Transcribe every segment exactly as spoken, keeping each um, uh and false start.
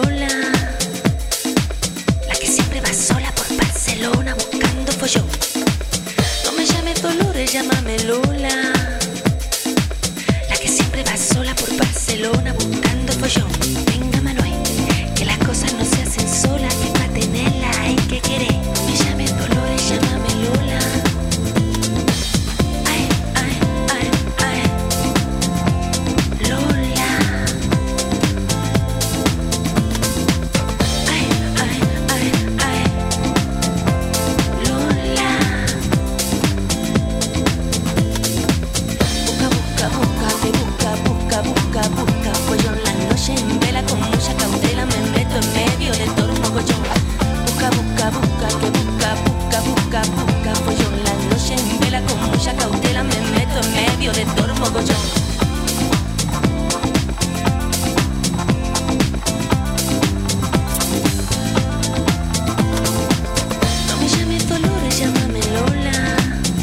Lola, la que siempre va sola por Barcelona buscando follón. No me llames Dolores, llámame Lola, la que siempre va sola por Barcelona buscando follón. Venga Manuel, que las cosas no se hacen solas, que para tenerlas hay que querer. No me llames Dolores, llámame Lola. Ay, ay, ay, ay, Lola. Ay, ay, ay, ay, Lola. Busca, busca, busca, te busca, busca, busca, busca follón la noche en vela con mucha cautela me meto en medio de todo un mogollón. Busca, busca, busca, que busca, busca, busca, busca follón la noche en vela con mucha cautela me meto en medio de todo un mogollón. No me llames Dolores, llámame Lola,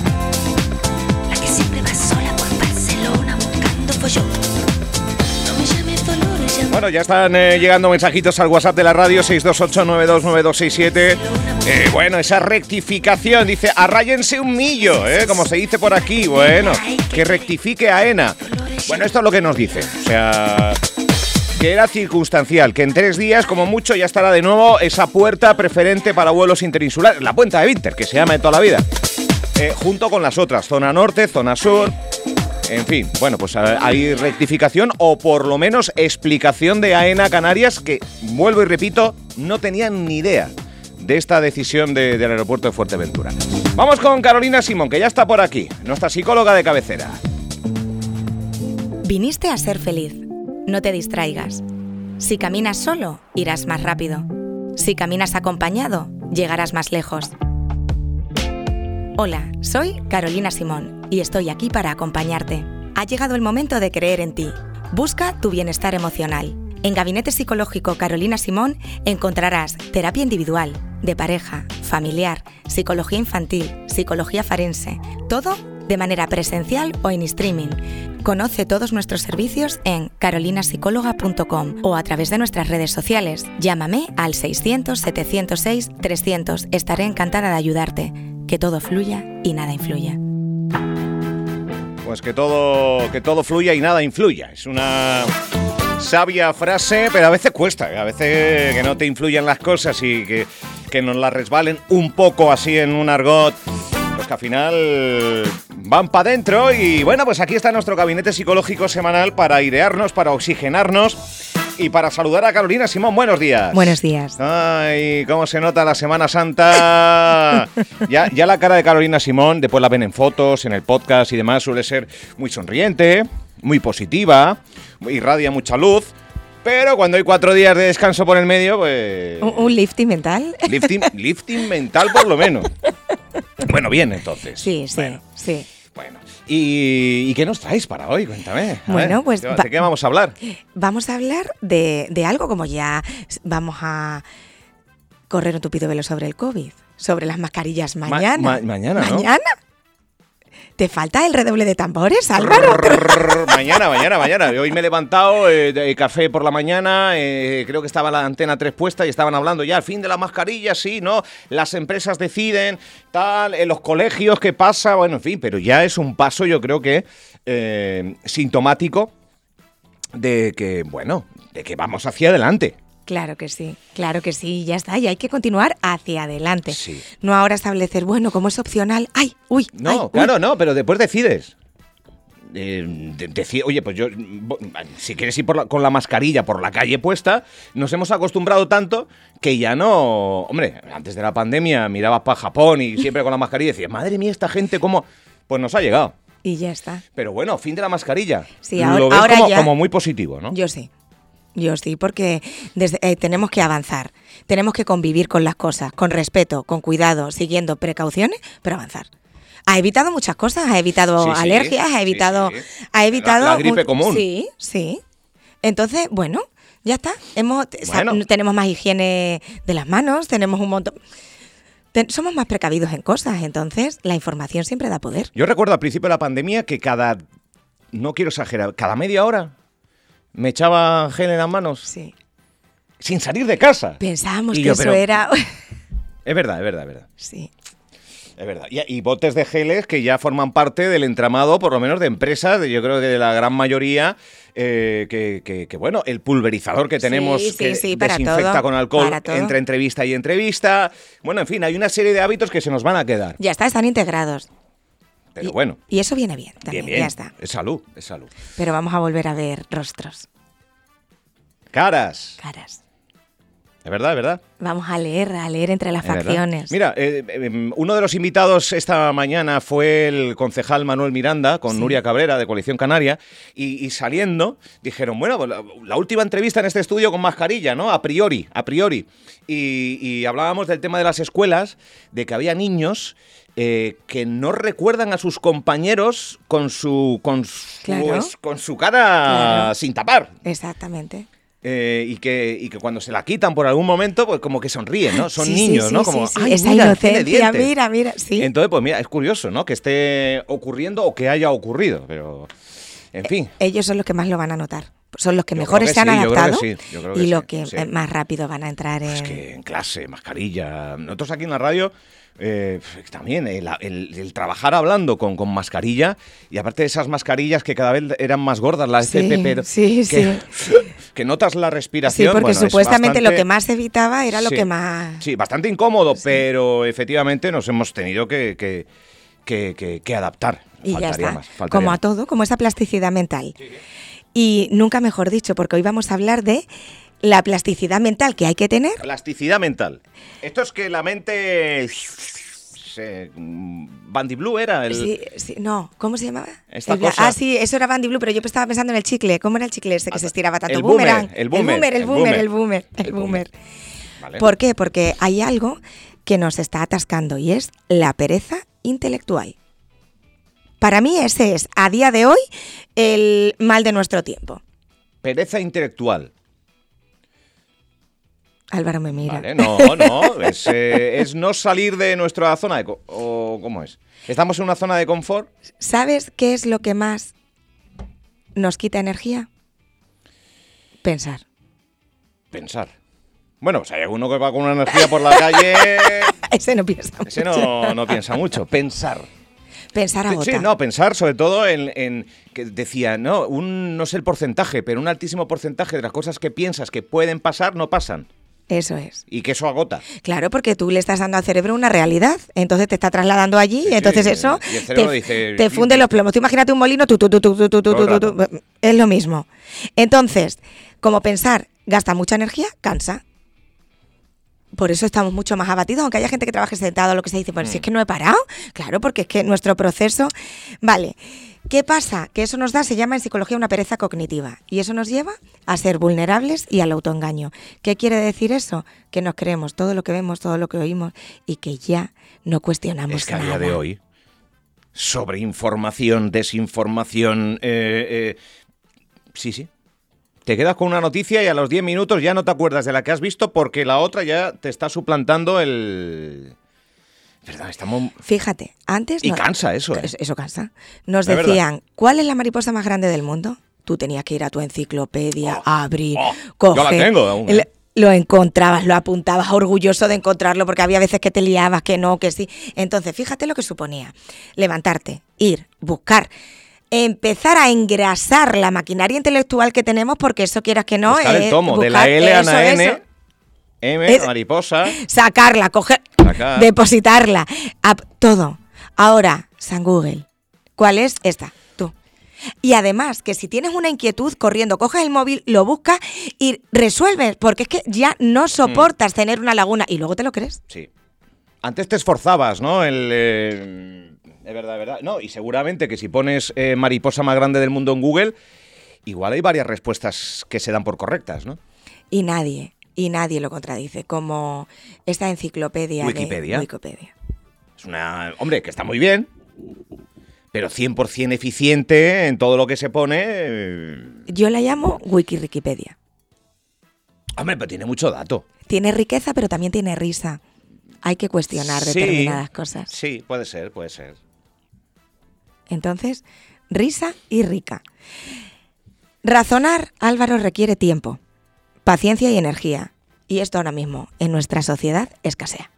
la que siempre va sola por Barcelona buscando follón. No me llames Dolores, llámame. Bueno, ya están eh, llegando mensajitos al WhatsApp de la radio seis dos ocho nueve dos nueve dos seis siete. Eh, bueno, esa rectificación, dice, arráyense un millo, ¿eh? Como se dice por aquí. Bueno, que rectifique AENA. Bueno, esto es lo que nos dice. O sea, que era circunstancial, que en tres días, como mucho, ya estará de nuevo esa puerta preferente para vuelos interinsulares, la puerta de Vinter, que se llama de toda la vida. Eh, junto con las otras, zona norte, zona sur. En fin, bueno, pues hay rectificación o por lo menos explicación de AENA Canarias, que, vuelvo y repito, no tenían ni idea de esta decisión de, del aeropuerto de Fuerteventura. Vamos con Carolina Simón, que ya está por aquí, nuestra psicóloga de cabecera. Viniste a ser feliz. No te distraigas. Si caminas solo, irás más rápido. Si caminas acompañado, llegarás más lejos. Hola, soy Carolina Simón y estoy aquí para acompañarte. Ha llegado el momento de creer en ti. Busca tu bienestar emocional. En Gabinete Psicológico Carolina Simón encontrarás terapia individual, de pareja, familiar, psicología infantil, psicología forense, todo de manera presencial o en streaming. Conoce todos nuestros servicios en carolina psicóloga punto com o a través de nuestras redes sociales. Llámame al seiscientos, setecientos seis, trescientos. Estaré encantada de ayudarte. Que todo fluya y nada influya. Pues que todo, que todo fluya y nada influya. Es una sabia frase, pero a veces cuesta. A veces que no te influyan las cosas y que, que nos las resbalen un poco así en un argot. Pues que al final van para adentro. Y bueno, pues aquí está nuestro gabinete psicológico semanal para airearnos, para oxigenarnos y para saludar a Carolina Simón. Buenos días. Buenos días. Ay, cómo se nota la Semana Santa. Ya, ya la cara de Carolina Simón, después la ven en fotos, en el podcast y demás, suele ser muy sonriente, muy positiva, irradia mucha luz. Pero cuando hay cuatro días de descanso por el medio, pues... ¿Un, un lifting mental? Lifting, lifting mental por lo menos. Bueno, bien, entonces. Sí, sí, bueno, sí. Bueno, ¿Y, ¿y qué nos traéis para hoy? Cuéntame. A bueno, ver, pues... ¿de, ¿De qué vamos a hablar? Vamos a hablar de, de algo como ya vamos a correr un tupido velo sobre el COVID, sobre las mascarillas mañana. Ma, ma, mañana, ¿no? ¿Mañana? ¿Te falta el redoble de tambores, Álvaro? mañana, mañana, mañana. Hoy me he levantado, eh, de café por la mañana, eh, creo que estaba la antena tres puesta y estaban hablando ya al fin de la mascarilla, sí, ¿no? Las empresas deciden, tal, en los colegios, ¿qué pasa? Bueno, en fin, pero ya es un paso, yo creo que eh, sintomático de que, bueno, de que vamos hacia adelante. Claro que sí, claro que sí, ya está, y hay que continuar hacia adelante. Sí. No ahora establecer, bueno, como es opcional, ¡ay, uy! No, ay, claro, uy. no, pero después decides. Eh, de, de, oye, pues yo, si quieres ir por la, con la mascarilla por la calle puesta, nos hemos acostumbrado tanto que ya no... Hombre, antes de la pandemia mirabas para Japón y siempre con la mascarilla y decías, madre mía, esta gente cómo... Pues nos ha llegado. Y ya está. Pero bueno, fin de la mascarilla. Sí, ahora, Lo ves ahora como, ya, como muy positivo, ¿no? Yo sí. Yo sí, porque desde, eh, tenemos que avanzar, tenemos que convivir con las cosas, con respeto, con cuidado, siguiendo precauciones, pero avanzar. Ha evitado muchas cosas, ha evitado sí, sí, alergias, ha evitado... Sí, sí. Ha evitado la, la gripe un, común. Sí, sí. Entonces, bueno, ya está. Hemos, bueno. sa- tenemos más higiene de las manos, tenemos un montón... Ten, somos más precavidos en cosas, entonces la información siempre da poder. Yo recuerdo al principio de la pandemia que cada... No quiero exagerar, cada media hora... Me echaba gel en las manos. Sí. sin salir de casa. Pensábamos Y que yo, eso pero- era... Es verdad, es verdad, es verdad. Sí. Es verdad. Y, y botes de geles que ya forman parte del entramado, por lo menos de empresas, de, yo creo que de la gran mayoría, eh, que, que- que, bueno, el pulverizador que tenemos Sí, sí, que sí, para desinfecta todo, con alcohol para todo. entre entrevista y entrevista. Bueno, en fin, hay una serie de hábitos que se nos van a quedar. Ya está, están integrados. Pero y, bueno, Y eso viene bien también, bien, bien. ya está. Es salud, es salud. Pero vamos a volver a ver rostros, Caras. caras. Es verdad, es verdad. Vamos a leer, a leer entre las Es verdad. facciones. Mira, eh, eh, uno de los invitados esta mañana fue el concejal Manuel Miranda con Sí. Nuria Cabrera de Coalición Canaria y, y saliendo dijeron, bueno, pues la, la última entrevista en este estudio con mascarilla, ¿no? A priori, a priori. Y, y hablábamos del tema de las escuelas, de que había niños eh, que no recuerdan a sus compañeros con su, con su, Claro. es- con su cara Claro. sin tapar. Exactamente. Eh, y, que, y que cuando se la quitan por algún momento, pues como que sonríen, ¿no? Son Sí, niños, sí, ¿no? sí, Como, sí, sí. "Ay, Esa mira, tiene inocencia, dientes". mira, mira, sí. Entonces, pues mira, es curioso, ¿no? Que esté ocurriendo o que haya ocurrido, pero en fin. Ellos son los que más lo van a notar. Son los que Yo mejores creo que se han sí, yo creo que adaptado sí, yo creo que y sí, los que sí. eh, más rápido van a entrar en... Es que en clase, mascarilla. Nosotros aquí en la radio eh, también el, el- el trabajar hablando con, con mascarilla y aparte de esas mascarillas que cada vez eran más gordas, las Sí, F P P, sí, que, que notas la Sí, respiración. porque bueno, es supuestamente lo bastante- que más evitaba era lo Sí, que más... Sí, bastante incómodo, pero efectivamente nos hemos tenido que, que, que, que- que adaptar. Y ya Faltaría está. más, faltaría Como a más. todo, como esa plasticidad mental. Y nunca mejor dicho, porque hoy vamos a hablar de la plasticidad mental que hay que tener. Plasticidad mental. Esto es que la mente... se- mm, Bandy Blue era el... Sí, sí, no, ¿cómo se llamaba? Esta El bla- cosa- Ah, sí, eso era Bandy Blue, pero yo estaba pensando en el chicle. ¿Cómo era el chicle ese que se estiraba tanto? el boomer, Boomerang. el boomer, el boomer, el el boomer, boomer. el boomer, El el boomer. boomer. Vale. ¿Por qué? Porque hay algo que nos está atascando y es la pereza intelectual. Para mí ese es, a día de hoy, el mal de nuestro tiempo. Pereza intelectual. Álvaro me mira. Vale, no, no. Es, eh, es no salir de nuestra zona de... co- ¿O cómo es? ¿Estamos en una zona de confort? ¿Sabes qué es lo que más nos quita energía? Pensar. Pensar. Bueno, pues hay alguno que va con una energía por la calle... Ese no piensa mucho. Ese no, no piensa mucho. Pensar. Pensar agota. Sí, no, pensar sobre todo en, en que decía, no, un, no sé el porcentaje, pero un altísimo porcentaje de las cosas que piensas que pueden pasar no pasan. Eso es. Y que eso agota. Claro, porque tú le estás dando al cerebro una realidad, entonces te está trasladando allí Sí, y entonces sí, eso y el cerebro te, dice- te funde los plomos. Tú imagínate un molino, tú, tú, tú, tú, tú, tú, tú, Todo el tú, tú, rato. es lo mismo. Entonces, como pensar gasta mucha energía, cansa. Por eso estamos mucho más abatidos, aunque haya gente que trabaje sentado, lo que se dice, pues si es que no he parado, claro, porque es que nuestro proceso... Vale, ¿qué pasa? Que eso nos da, se llama en psicología una pereza cognitiva, y eso nos lleva a ser vulnerables y al autoengaño. ¿Qué quiere decir eso? Que nos creemos todo lo que vemos, todo lo que oímos, y que ya no cuestionamos Es que a nada. día de hoy, sobreinformación, desinformación, eh, eh, sí, sí. Te quedas con una noticia y a los diez minutos ya no te acuerdas de la que has visto porque la otra ya te está suplantando el... ¿Verdad? Estamos... Fíjate, antes... Y no- cansa eso, ¿eh? Eso, eso cansa. Nos Es verdad. decían, ¿cuál es la mariposa más grande del mundo? Tú tenías que ir a tu enciclopedia, Oh, abrir, oh, coger... yo la tengo aún, ¿eh? el- Lo encontrabas, lo apuntabas, orgulloso de encontrarlo, porque había veces que te liabas, que no, que sí. Entonces, fíjate lo que suponía. Levantarte, ir, buscar, empezar a engrasar la maquinaria intelectual que tenemos, porque eso quieras que no... Buscar el eh, tomo, de la buscar L a eso, la N, eso. M, Es- mariposa... Sacarla, coger, Sacar. depositarla, ap- todo. Ahora, San Google, ¿cuál es esta? Tú. Y además, que si tienes una inquietud, corriendo, coges el móvil, lo buscas y resuelves, porque es que ya no soportas tener una laguna y luego te lo crees. Sí. Antes te esforzabas, ¿no? El, eh, es verdad, es verdad. No, y seguramente que si pones eh, mariposa más grande del mundo en Google, igual hay varias respuestas que se dan por correctas, ¿no? Y nadie, y nadie lo contradice, como esta enciclopedia Wikipedia. de Wikipedia. Es una... Hombre, que está muy bien, pero cien por ciento eficiente en todo lo que se pone. eh, Yo la llamo Wikirikipedia. Hombre, pero tiene mucho dato. Tiene riqueza, pero también tiene risa. Hay que cuestionar Sí, determinadas cosas. Sí, puede ser, puede ser. Entonces, risa y rica. Razonar, Álvaro, requiere tiempo. paciencia y energía. Y esto ahora mismo en nuestra sociedad escasea.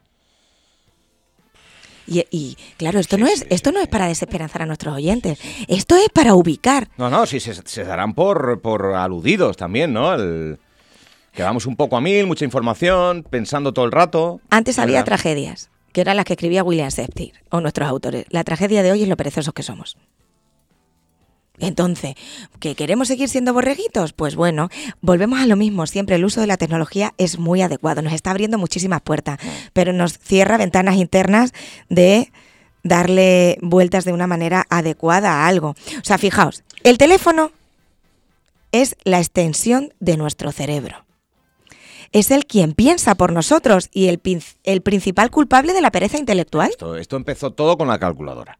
Y, y claro, esto Sí, no es sí, esto sí, no sí. es para desesperanzar a nuestros oyentes. Esto es para ubicar. No, no, sí, se, se darán por, por aludidos también, ¿no? El, que vamos un poco a mil, mucha información, pensando todo el rato. Antes había ¿verdad? tragedias, que eran las que escribía William Shakespeare o nuestros autores. La tragedia de hoy es lo perezosos que somos. Entonces, ¿que queremos seguir siendo borreguitos? Pues bueno, volvemos a lo mismo. Siempre el uso de la tecnología es muy adecuado. Nos está abriendo muchísimas puertas, pero nos cierra ventanas internas de darle vueltas de una manera adecuada a algo. O sea, fijaos, el teléfono es la extensión de nuestro cerebro. Es el quien piensa por nosotros y el, pin- el principal culpable de la pereza intelectual. Esto, esto empezó todo con la calculadora.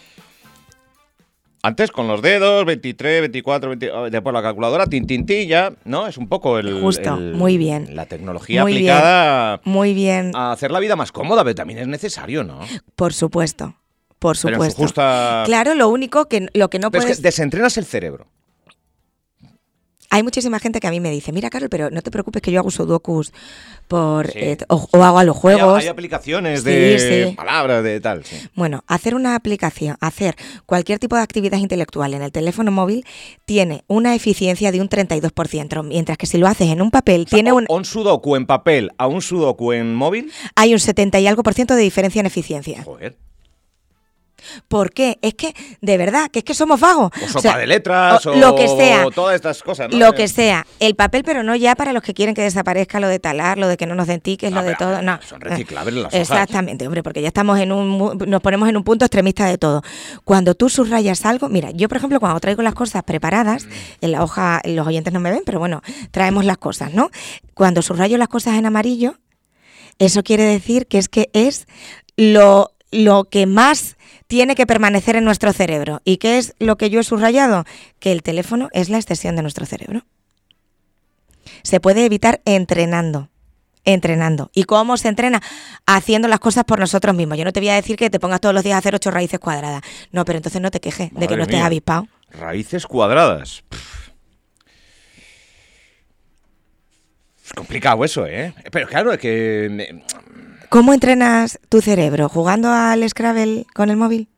Antes con los dedos, veintitrés, veinticuatro, veinte, después la calculadora, tin, tin, tin, ya, ¿no? Es un poco el... Justo, el- muy bien. La tecnología Muy aplicada Muy bien, a hacer la vida más cómoda, pero también es necesario, ¿no? por supuesto, por Pero en su supuesto. justa... Claro, lo único que lo que no Pero es puedes... que desentrenas el cerebro. Hay muchísima gente que a mí me dice, mira, Carol, pero no te preocupes que yo hago sudokus por Sí. eh, o, o hago a los juegos. Hay, hay aplicaciones Sí, de sí. palabras, de tal, sí. Bueno, hacer una aplicación, hacer cualquier tipo de actividad intelectual en el teléfono móvil tiene una eficiencia de un treinta y dos por ciento, mientras que si lo haces en un papel, O sea, tiene o- un, un sudoku en papel a un sudoku en móvil. hay un setenta y algo por ciento de diferencia en eficiencia. Joder. ¿Por qué? Es que, de verdad, que es que somos vagos. O O sopa sea, de letras, o o lo que sea. o todas estas cosas, ¿no? Lo que sea, el papel, pero no ya para los que quieren que desaparezca lo de talar, lo de que no nos den tickets, No, lo de pero, todo, no. son reciclables las hojas. Exactamente, hombre, porque ya estamos en un, mu- nos ponemos en un punto extremista de todo. Cuando tú subrayas algo, mira, yo por ejemplo cuando traigo las cosas preparadas, en la hoja, los oyentes no me ven, pero bueno, traemos las cosas, ¿no? Cuando subrayo las cosas en amarillo, eso quiere decir que es que es lo, lo que más tiene que permanecer en nuestro cerebro. ¿Y qué es lo que yo he subrayado? Que el teléfono es la extensión de nuestro cerebro. Se puede evitar entrenando. Entrenando. ¿Y cómo se entrena? Haciendo las cosas por nosotros mismos. Yo no te voy a decir que te pongas todos los días a hacer ocho raíces cuadradas. No, pero entonces no te quejes de Madre que no estés mía. avispado. Raíces cuadradas. Pff. Es complicado eso, ¿eh? Pero claro, es que... me- ¿Cómo entrenas tu cerebro? ¿Jugando al Scrabble con el móvil?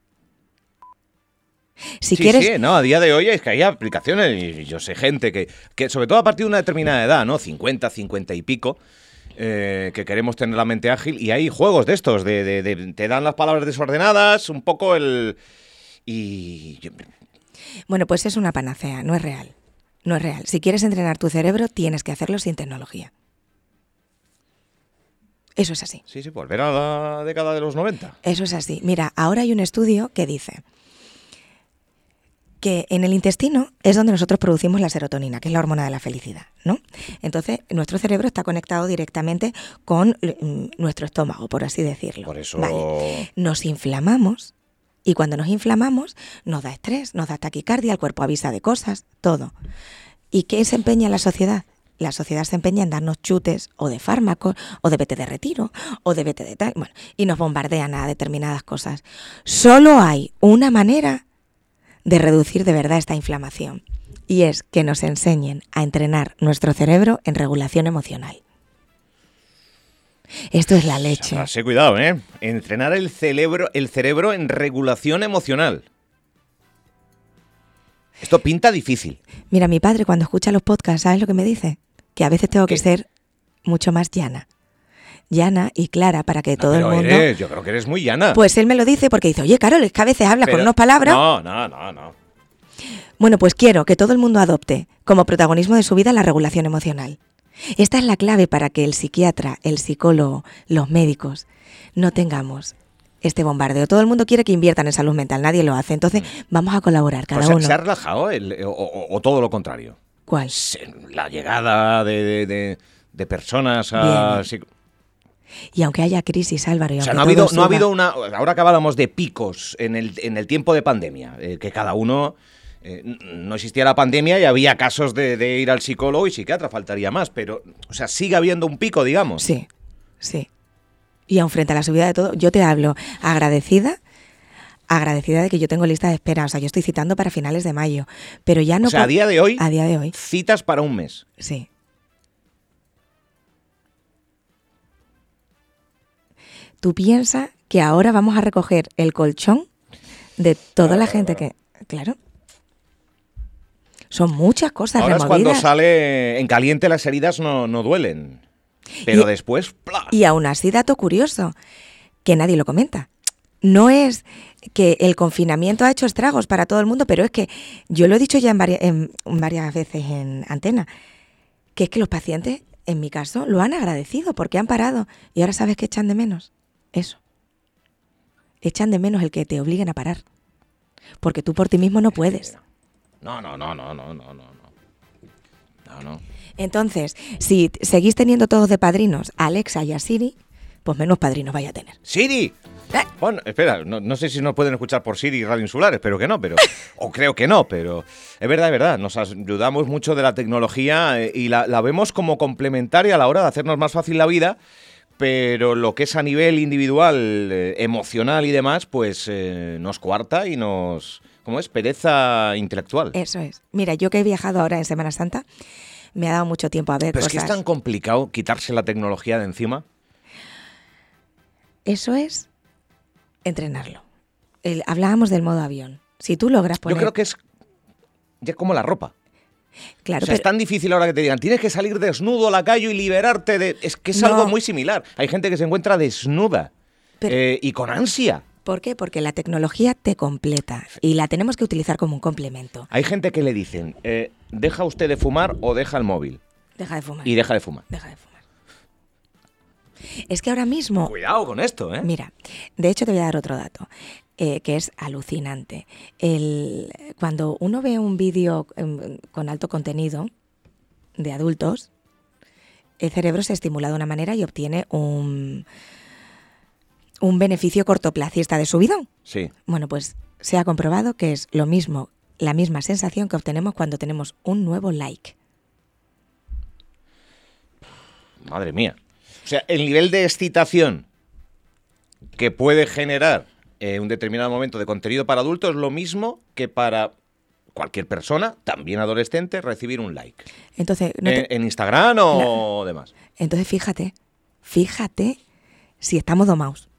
Si sí, quieres... sí, no, a día de hoy es que hay aplicaciones, y yo sé gente que, que sobre todo a partir de una determinada edad, ¿no? cincuenta, cincuenta y pico, eh, que queremos tener la mente ágil, y hay juegos de estos, de, de- de- te dan las palabras desordenadas, un poco el... Y... yo- Bueno, pues es una panacea, no es real. No es real. Si quieres entrenar tu cerebro, tienes que hacerlo sin tecnología. Eso es así. Sí, sí, volver a la década de los noventa. Eso es así. Mira, ahora hay un estudio que dice que en el intestino es donde nosotros producimos la serotonina, que es la hormona de la felicidad, ¿no? Entonces, nuestro cerebro está conectado directamente con mm, nuestro estómago, por así decirlo. Por eso... Vale. Nos inflamamos y cuando nos inflamamos nos da estrés, nos da taquicardia, el cuerpo avisa de cosas, todo. ¿Y qué se empeña la sociedad? La sociedad se empeña en darnos chutes o de fármacos, o de vete de retiro, o de vete de tal, bueno, y nos bombardean a determinadas cosas. Solo hay una manera de reducir de verdad esta inflamación, y es que nos enseñen a entrenar nuestro cerebro en regulación emocional. Esto es la leche. Esa frase, cuidado, ¿eh? Entrenar el cerebro, el cerebro en regulación emocional. Esto pinta difícil. Mira, mi padre cuando escucha los podcasts, ¿sabes lo que me dice? Que a veces tengo que ¿Qué? ser mucho más llana. Llana y clara para que No, todo el pero mundo... eres- yo creo que eres muy llana. Pues él me lo dice porque dice, oye, Carol, es que a veces hablas Pero- con unas palabras... No, no, no, no. Bueno, pues quiero que todo el mundo adopte como protagonismo de su vida la regulación emocional. Esta es la clave para que el psiquiatra, el psicólogo, los médicos no tengamos este bombardeo. Todo el mundo quiere que inviertan en salud mental, nadie lo hace. Entonces, vamos a colaborar cada Pues, ¿se- uno. ¿Se ha relajado el- o, o- o todo lo contrario? ¿Cuál? Se- La llegada de, de- de- de personas a... Bien. sí. Y aunque haya crisis, Álvaro, y O sea, aunque no ha todo habido, no suba- ha habido una... Ahora que hablábamos de picos en el, en el tiempo de pandemia, eh, que cada uno... eh, n- no existía la pandemia y había casos de, de ir al psicólogo y psiquiatra, faltaría más, pero, o sea, sigue habiendo un pico, digamos. Sí, sí. Y aun frente a la subida de todo, yo te hablo agradecida, agradecida de que yo tengo lista de espera. O sea, yo estoy citando para finales de mayo, pero ya no... O sea, a po- día de hoy, A día de hoy, citas para un mes. sí. tú piensas que ahora vamos a recoger el colchón de toda la gente que... Claro. Son muchas cosas Ahora removidas. es cuando sale en caliente, las heridas no, no duelen. Pero y, después... ¡plá! Y aún así, dato curioso, que nadie lo comenta. No es que el confinamiento ha hecho estragos para todo el mundo, pero es que yo lo he dicho ya en varias, en varias veces en antena, que es que los pacientes, en mi caso, lo han agradecido porque han parado. Y ahora sabes que echan de menos eso. Echan de menos el que te obliguen a parar. Porque tú por ti mismo no puedes. No, no, no, no, no, no, no. No, no. Entonces, si seguís teniendo todos de padrinos a Alexa y a Siri, pues menos padrinos vaya a tener. ¡Siri! ¿Eh? Bueno, espera, no, no sé si nos pueden escuchar por Siri y Radio Insular, espero que no, pero o creo que no, pero es verdad, es verdad, nos ayudamos mucho de la tecnología eh, y la, la vemos como complementaria a la hora de hacernos más fácil la vida, pero lo que es a nivel individual, eh, emocional y demás, pues eh, nos coarta y nos... ¿Cómo es? Pereza intelectual. Eso es. Mira, yo que he viajado ahora en Semana Santa, me ha dado mucho tiempo a ver Pero cosas. es que es tan complicado quitarse la tecnología de encima. Eso es entrenarlo. El, hablábamos del modo avión. Si tú logras poner... Yo creo que es ya como la ropa. Claro, o sea, pero... es tan difícil ahora que te digan, tienes que salir desnudo a la calle y liberarte de... Es que es No. algo muy similar. Hay gente que se encuentra desnuda Pero- eh, y con ansia. ¿Por qué? Porque la tecnología te completa y la tenemos que utilizar como un complemento. Hay gente que le dicen, eh, ¿deja usted de fumar o deja el móvil? Deja de fumar. Y deja de fumar. Deja de fumar. Es que ahora mismo... Cuidado con esto, ¿eh? Mira, de hecho te voy a dar otro dato, eh, que es alucinante. El, cuando uno ve un vídeo eh, con alto contenido de adultos, el cerebro se estimula de una manera y obtiene un, un beneficio cortoplacista de subidón. Sí. Bueno, pues se ha comprobado que es lo mismo, la misma sensación que obtenemos cuando tenemos un nuevo like. Madre mía. O sea, el nivel de excitación que puede generar eh, un determinado momento de contenido para adultos es lo mismo que para cualquier persona, también adolescente, recibir un like. Entonces, no te- en, en Instagram o demás. entonces fíjate, fíjate si estamos domados.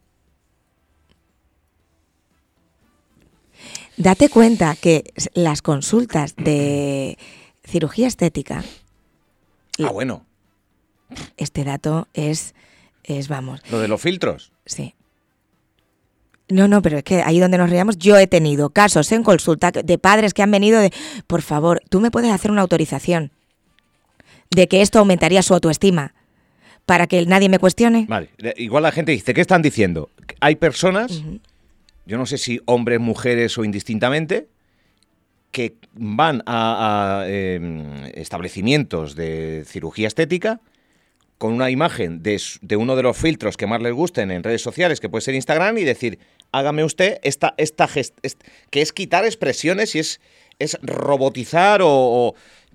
Date cuenta que s- las consultas de cirugía estética, Ah, bueno. este dato es, es vamos, Lo de los filtros. sí. No, no, pero es que ahí donde nos reíamos, yo he tenido casos en consulta de padres que han venido de, por favor, tú me puedes hacer una autorización de que esto aumentaría su autoestima para que nadie me cuestione. Vale. Igual la gente dice, ¿qué están diciendo? Hay personas, Ujú. yo no sé si hombres, mujeres o indistintamente, que van a, a, eh, establecimientos de cirugía estética con una imagen de, s- de uno de los filtros que más les gusten en redes sociales, que puede ser Instagram, y decir, hágame usted esta, esta gest est- que es quitar expresiones y es, es robotizar o, o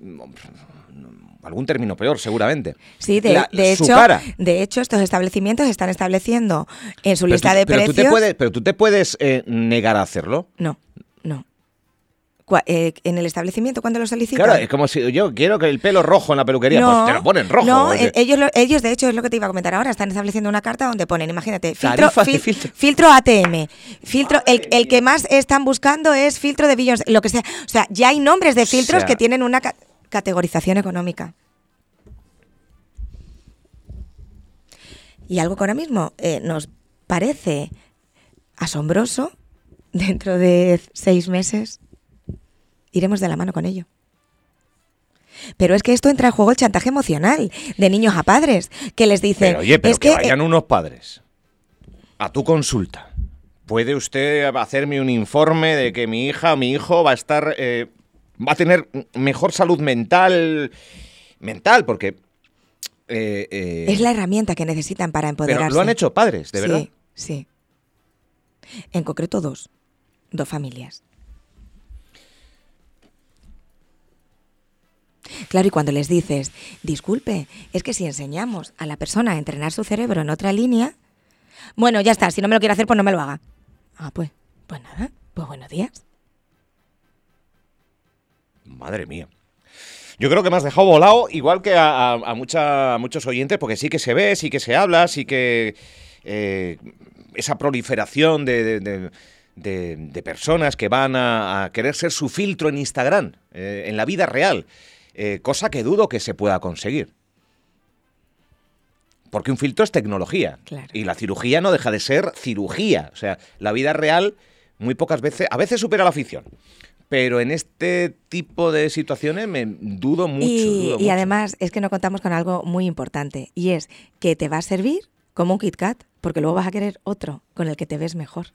algún término peor, seguramente. Sí, de, La- de su hecho, cara. de hecho, estos establecimientos están estableciendo en su Pero lista tú- de pero precios. Tú te puedes, pero tú te puedes eh, negar a hacerlo. No, no. Cua- eh, en el establecimiento, cuando lo solicitan. Claro, es como si yo quiero que el pelo rojo en la peluquería, No, pues te lo ponen rojo. No, Oye. eh, ellos, lo- ellos, de hecho, es lo que te iba a comentar ahora. Están estableciendo una carta donde ponen, imagínate, filtro, Tarifas de fil- filtro. filtro A T M. Filtro, el, el que más están buscando es filtro de Beyoncé, lo que sea. O sea, ya hay nombres de filtros sea- que tienen una ca- categorización económica. Y algo que ahora mismo eh, nos parece asombroso, dentro de seis meses iremos de la mano con ello. Pero es que esto entra en juego el chantaje emocional de niños a padres, que les dicen... Pero oye, pero es que, que, vayan unos padres a tu consulta. ¿Puede usted hacerme un informe de que mi hija o mi hijo va a estar... eh, va a tener mejor salud mental? Mental, porque... eh, eh, es la herramienta que necesitan para empoderarse. pero lo han hecho padres, de verdad. Sí, sí. En concreto dos. Dos familias. Claro, y cuando les dices, disculpe, es que si enseñamos a la persona a entrenar su cerebro en otra línea, bueno, ya está, si no me lo quiere hacer, pues no me lo haga. Ah, pues, pues nada, pues buenos días. Madre mía. Yo creo que me has dejado volado, igual que a, a, a mucha, a muchos oyentes, porque sí que se ve, sí que se habla, sí que... eh, esa proliferación de, de, de, de, de personas que van a, a querer ser su filtro en Instagram, eh, en la vida real, eh, cosa que dudo que se pueda conseguir. Porque un filtro es tecnología. Claro. Y la cirugía no deja de ser cirugía. O sea, la vida real muy pocas veces, a veces supera la ficción. Pero en este tipo de situaciones me dudo mucho. Y, dudo y mucho. además es que no contamos con algo muy importante. Y es que te va a servir como un Kit Kat, porque luego vas a querer otro con el que te ves mejor.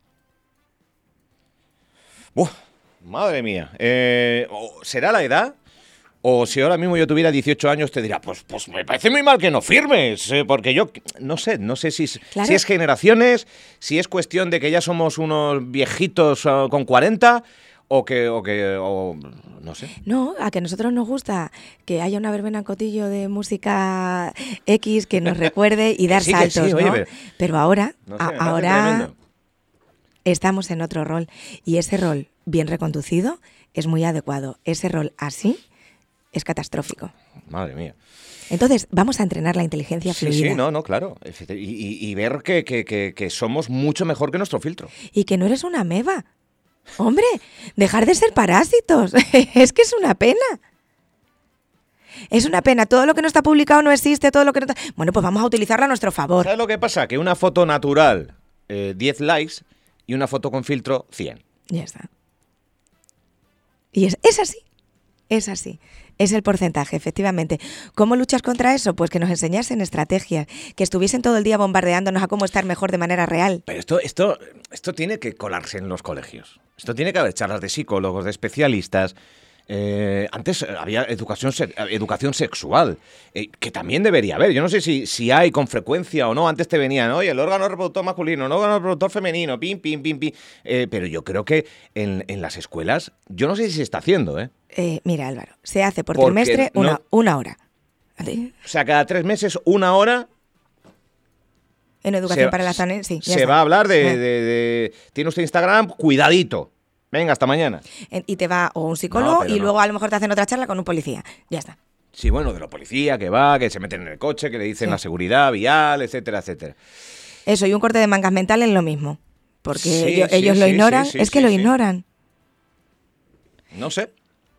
Uf, madre mía. Eh, ¿Será la edad? O si ahora mismo yo tuviera dieciocho años, te diría, pues, pues me parece muy mal que no firmes, eh, porque yo, no sé, no sé si, Claro. si es generaciones, si es cuestión de que ya somos unos viejitos uh, con cuarenta, o que, o que, o no sé. No, a que a nosotros nos gusta que haya una verbena en Cotillo de música X que nos recuerde y dar sí, que saltos, sí, oye, ¿no? pero- Pero ahora, No sé, a- me parece ahora tremendo. estamos en otro rol y ese rol bien reconducido es muy adecuado. Ese rol así es catastrófico. Madre mía. Entonces, vamos a entrenar la inteligencia Sí, fluida. sí, no, no, claro. Y, y- y ver que, que, que, que somos mucho mejor que nuestro filtro. Y que no eres una ameba. Hombre, dejar de ser parásitos. Es que es una pena. Es una pena. Todo lo que no está publicado no existe, todo lo que no está... Bueno, pues vamos a utilizarlo a nuestro favor. ¿Sabes lo que pasa? Que una foto natural, eh, diez likes, y una foto con filtro, cien. Ya está. Y es, es así. Es así. Es el porcentaje, efectivamente. ¿Cómo luchas contra eso? Pues que nos enseñasen estrategias, que estuviesen todo el día bombardeándonos a cómo estar mejor de manera real. Pero esto, esto, esto tiene que colarse en los colegios. Esto tiene que haber charlas de psicólogos, de especialistas. Eh, antes había educación, se- educación sexual, eh, que también debería haber. Yo no sé si, si hay con frecuencia o no. Antes te venían, oye, el órgano reproductor masculino, el órgano reproductor femenino, pim, pim, pim, pim. Eh, pero yo creo que en, en las escuelas, yo no sé si se está haciendo, ¿eh? Eh, mira, Álvaro, se hace por Porque trimestre no- una, una hora. ¿Vale? O sea, cada tres meses, una hora, En educación se, para la zona, sí. ya se está. va a hablar de, Ah. de- de- ¿Tiene usted Instagram? Cuidadito. Venga, hasta mañana. En- Y te va o un psicólogo No, pero y no. luego a lo mejor te hacen otra charla con un policía. Ya está. Sí, bueno, de la policía que va, que se meten en el coche, que le dicen Sí. la seguridad vial, etcétera, etcétera. Eso, y un corte de mangas mental es lo mismo. Porque Sí, ellos, sí, ellos lo sí, ignoran. sí, sí, es que sí, lo sí. ignoran. No sé.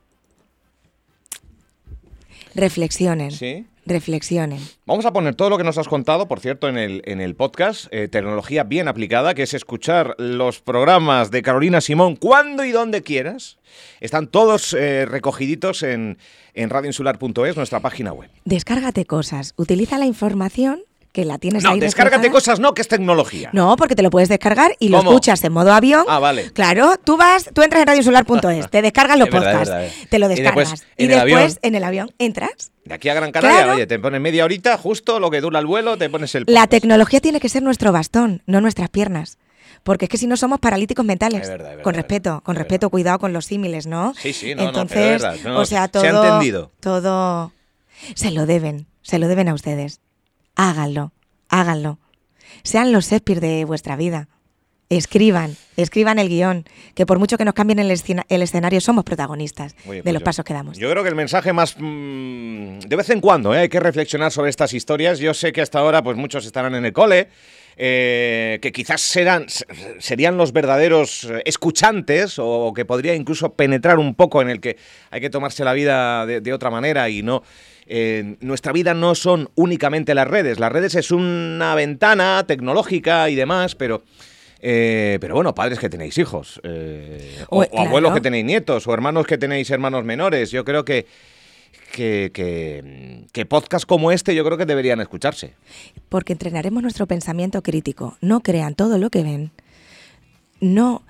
Reflexionen. Sí. Reflexionen. Vamos a poner todo lo que nos has contado, por cierto, en el, en el podcast, eh, Tecnología Bien Aplicada, que es escuchar los programas de Carolina Simón cuando y donde quieras. Están todos eh, recogiditos en, en radioinsular punto es, nuestra página web. Descárgate cosas. Utiliza la información que la tienes No, ahí descárgate reflejada. cosas, no, que es tecnología. No, porque te lo puedes descargar y lo ¿Cómo? escuchas en modo avión. Ah, vale. Claro, tú vas, tú entras en radioinsular punto es, te descargas los Es verdad, es podcasts, verdad, eh. te lo Y después, descargas. en Y el después, avión. en el avión, entras. De aquí a Gran Canaria, Claro. oye, te pones media horita, justo lo que dura el vuelo, te pones el La podcast. tecnología tiene que ser nuestro bastón, no nuestras piernas. Porque es que si no somos paralíticos mentales. Es verdad, es verdad, con es respeto, verdad, con es respeto, verdad. cuidado con los símiles, ¿no? Sí, sí, no, no, Entonces, pero es verdad, no, o sea, todo, se ha entendido. todo se lo deben, se lo deben a ustedes. Háganlo, háganlo. Sean los Shakespeare de vuestra vida. Escriban, escriban el guión, que por mucho que nos cambien el, escena- el escenario, somos protagonistas Oye, de pues los yo- pasos que damos. Yo creo que el mensaje más... mmm, de vez en cuando, ¿eh? Hay que reflexionar sobre estas historias. Yo sé que hasta ahora pues muchos estarán en el cole, eh, que quizás serán, serían los verdaderos eh, escuchantes o que podría incluso penetrar un poco en el que hay que tomarse la vida de, de otra manera y no... Eh, nuestra vida no son únicamente las redes. Las redes es una ventana tecnológica y demás, pero... Eh, pero bueno, padres que tenéis hijos, eh, o, O- o abuelos claro. que tenéis nietos, o hermanos que tenéis hermanos menores. Yo creo que, que, que, que podcasts como este yo creo que deberían escucharse. Porque entrenaremos nuestro pensamiento crítico. No crean todo lo que ven. No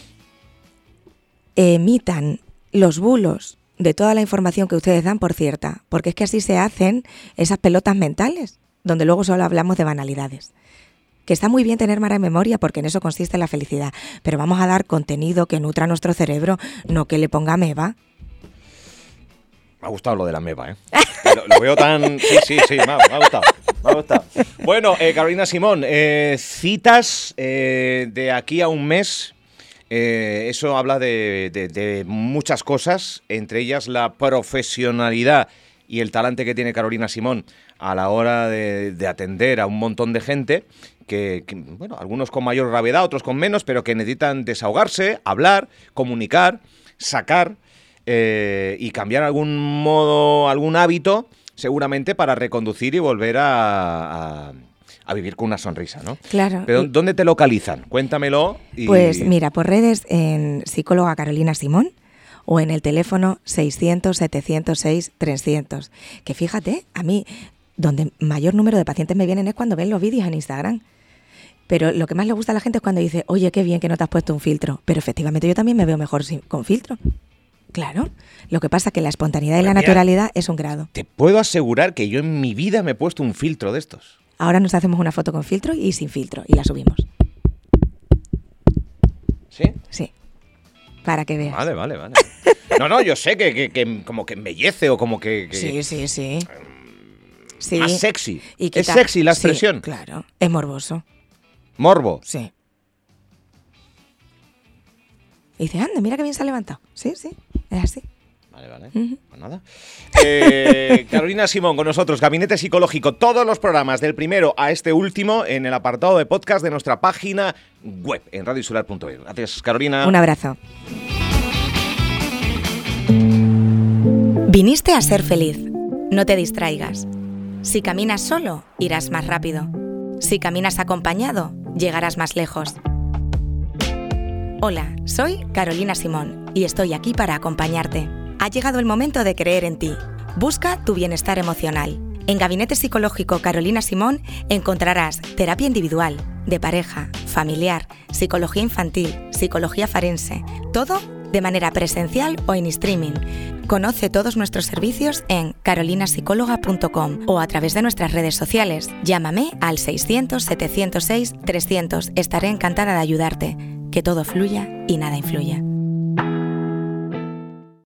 emitan los bulos de toda la información que ustedes dan por cierta, porque es que así se hacen esas pelotas mentales, donde luego solo hablamos de banalidades. Que está muy bien tener mala memoria porque en eso consiste la felicidad, pero vamos a dar contenido que nutra nuestro cerebro, no que le ponga ameba. Me ha gustado lo de la meba, ¿eh? Lo, lo veo tan... Sí, sí, sí, me ha, me ha gustado. Me ha gustado. Bueno, eh, Carolina Simón, eh, citas eh, de aquí a un mes. Eh, eso habla de, de, de muchas cosas, entre ellas la profesionalidad y el talante que tiene Carolina Simón a la hora de, de atender a un montón de gente que, que, bueno, algunos con mayor gravedad, otros con menos, pero que necesitan desahogarse, hablar, comunicar, sacar eh, y cambiar algún modo, algún hábito, seguramente para reconducir y volver a... a a vivir con una sonrisa, ¿no? Claro. Pero ¿dónde te localizan? Cuéntamelo. Y... Pues mira, por redes en psicóloga Carolina Simón o en el teléfono seiscientos, setecientos seis, trescientos. Que fíjate, a mí, donde mayor número de pacientes me vienen es cuando ven los vídeos en Instagram. Pero lo que más le gusta a la gente es cuando dice, oye, qué bien que no te has puesto un filtro. Pero efectivamente yo también me veo mejor sin, con filtro. Claro. Lo que pasa es que la espontaneidad y la naturalidad es un grado. Te puedo asegurar que yo en mi vida me he puesto un filtro de estos. Ahora nos hacemos una foto con filtro y sin filtro y la subimos. ¿Sí? Sí. Para que veas. Vale, vale, vale. No, no, yo sé que, que, que como que embellece o como que... que sí, sí, sí. sí. Más sexy. Y quita... Es sexy la expresión. Sí, claro. Es morboso. Morbo. Sí. Y dice, anda, mira que bien se ha levantado. Sí, sí, es así. Vale, vale. Uh-huh. Pues nada. Eh, Carolina Simón con nosotros, Gabinete Psicológico. Todos los programas, del primero a este último, en el apartado de podcast de nuestra página web, en radio insular punto es. Gracias, Carolina. Un abrazo. Viniste a ser feliz. No te distraigas. Si caminas solo, irás más rápido. Si caminas acompañado, llegarás más lejos. Hola, soy Carolina Simón y estoy aquí para acompañarte. Ha llegado el momento de creer en ti. Busca tu bienestar emocional. En Gabinete Psicológico Carolina Simón encontrarás terapia individual, de pareja, familiar, psicología infantil, psicología forense, todo de manera presencial o en streaming. Conoce todos nuestros servicios en carolina psicóloga punto com o a través de nuestras redes sociales. Llámame al seiscientos, setecientos seis, trescientos. Estaré encantada de ayudarte. Que todo fluya y nada influya.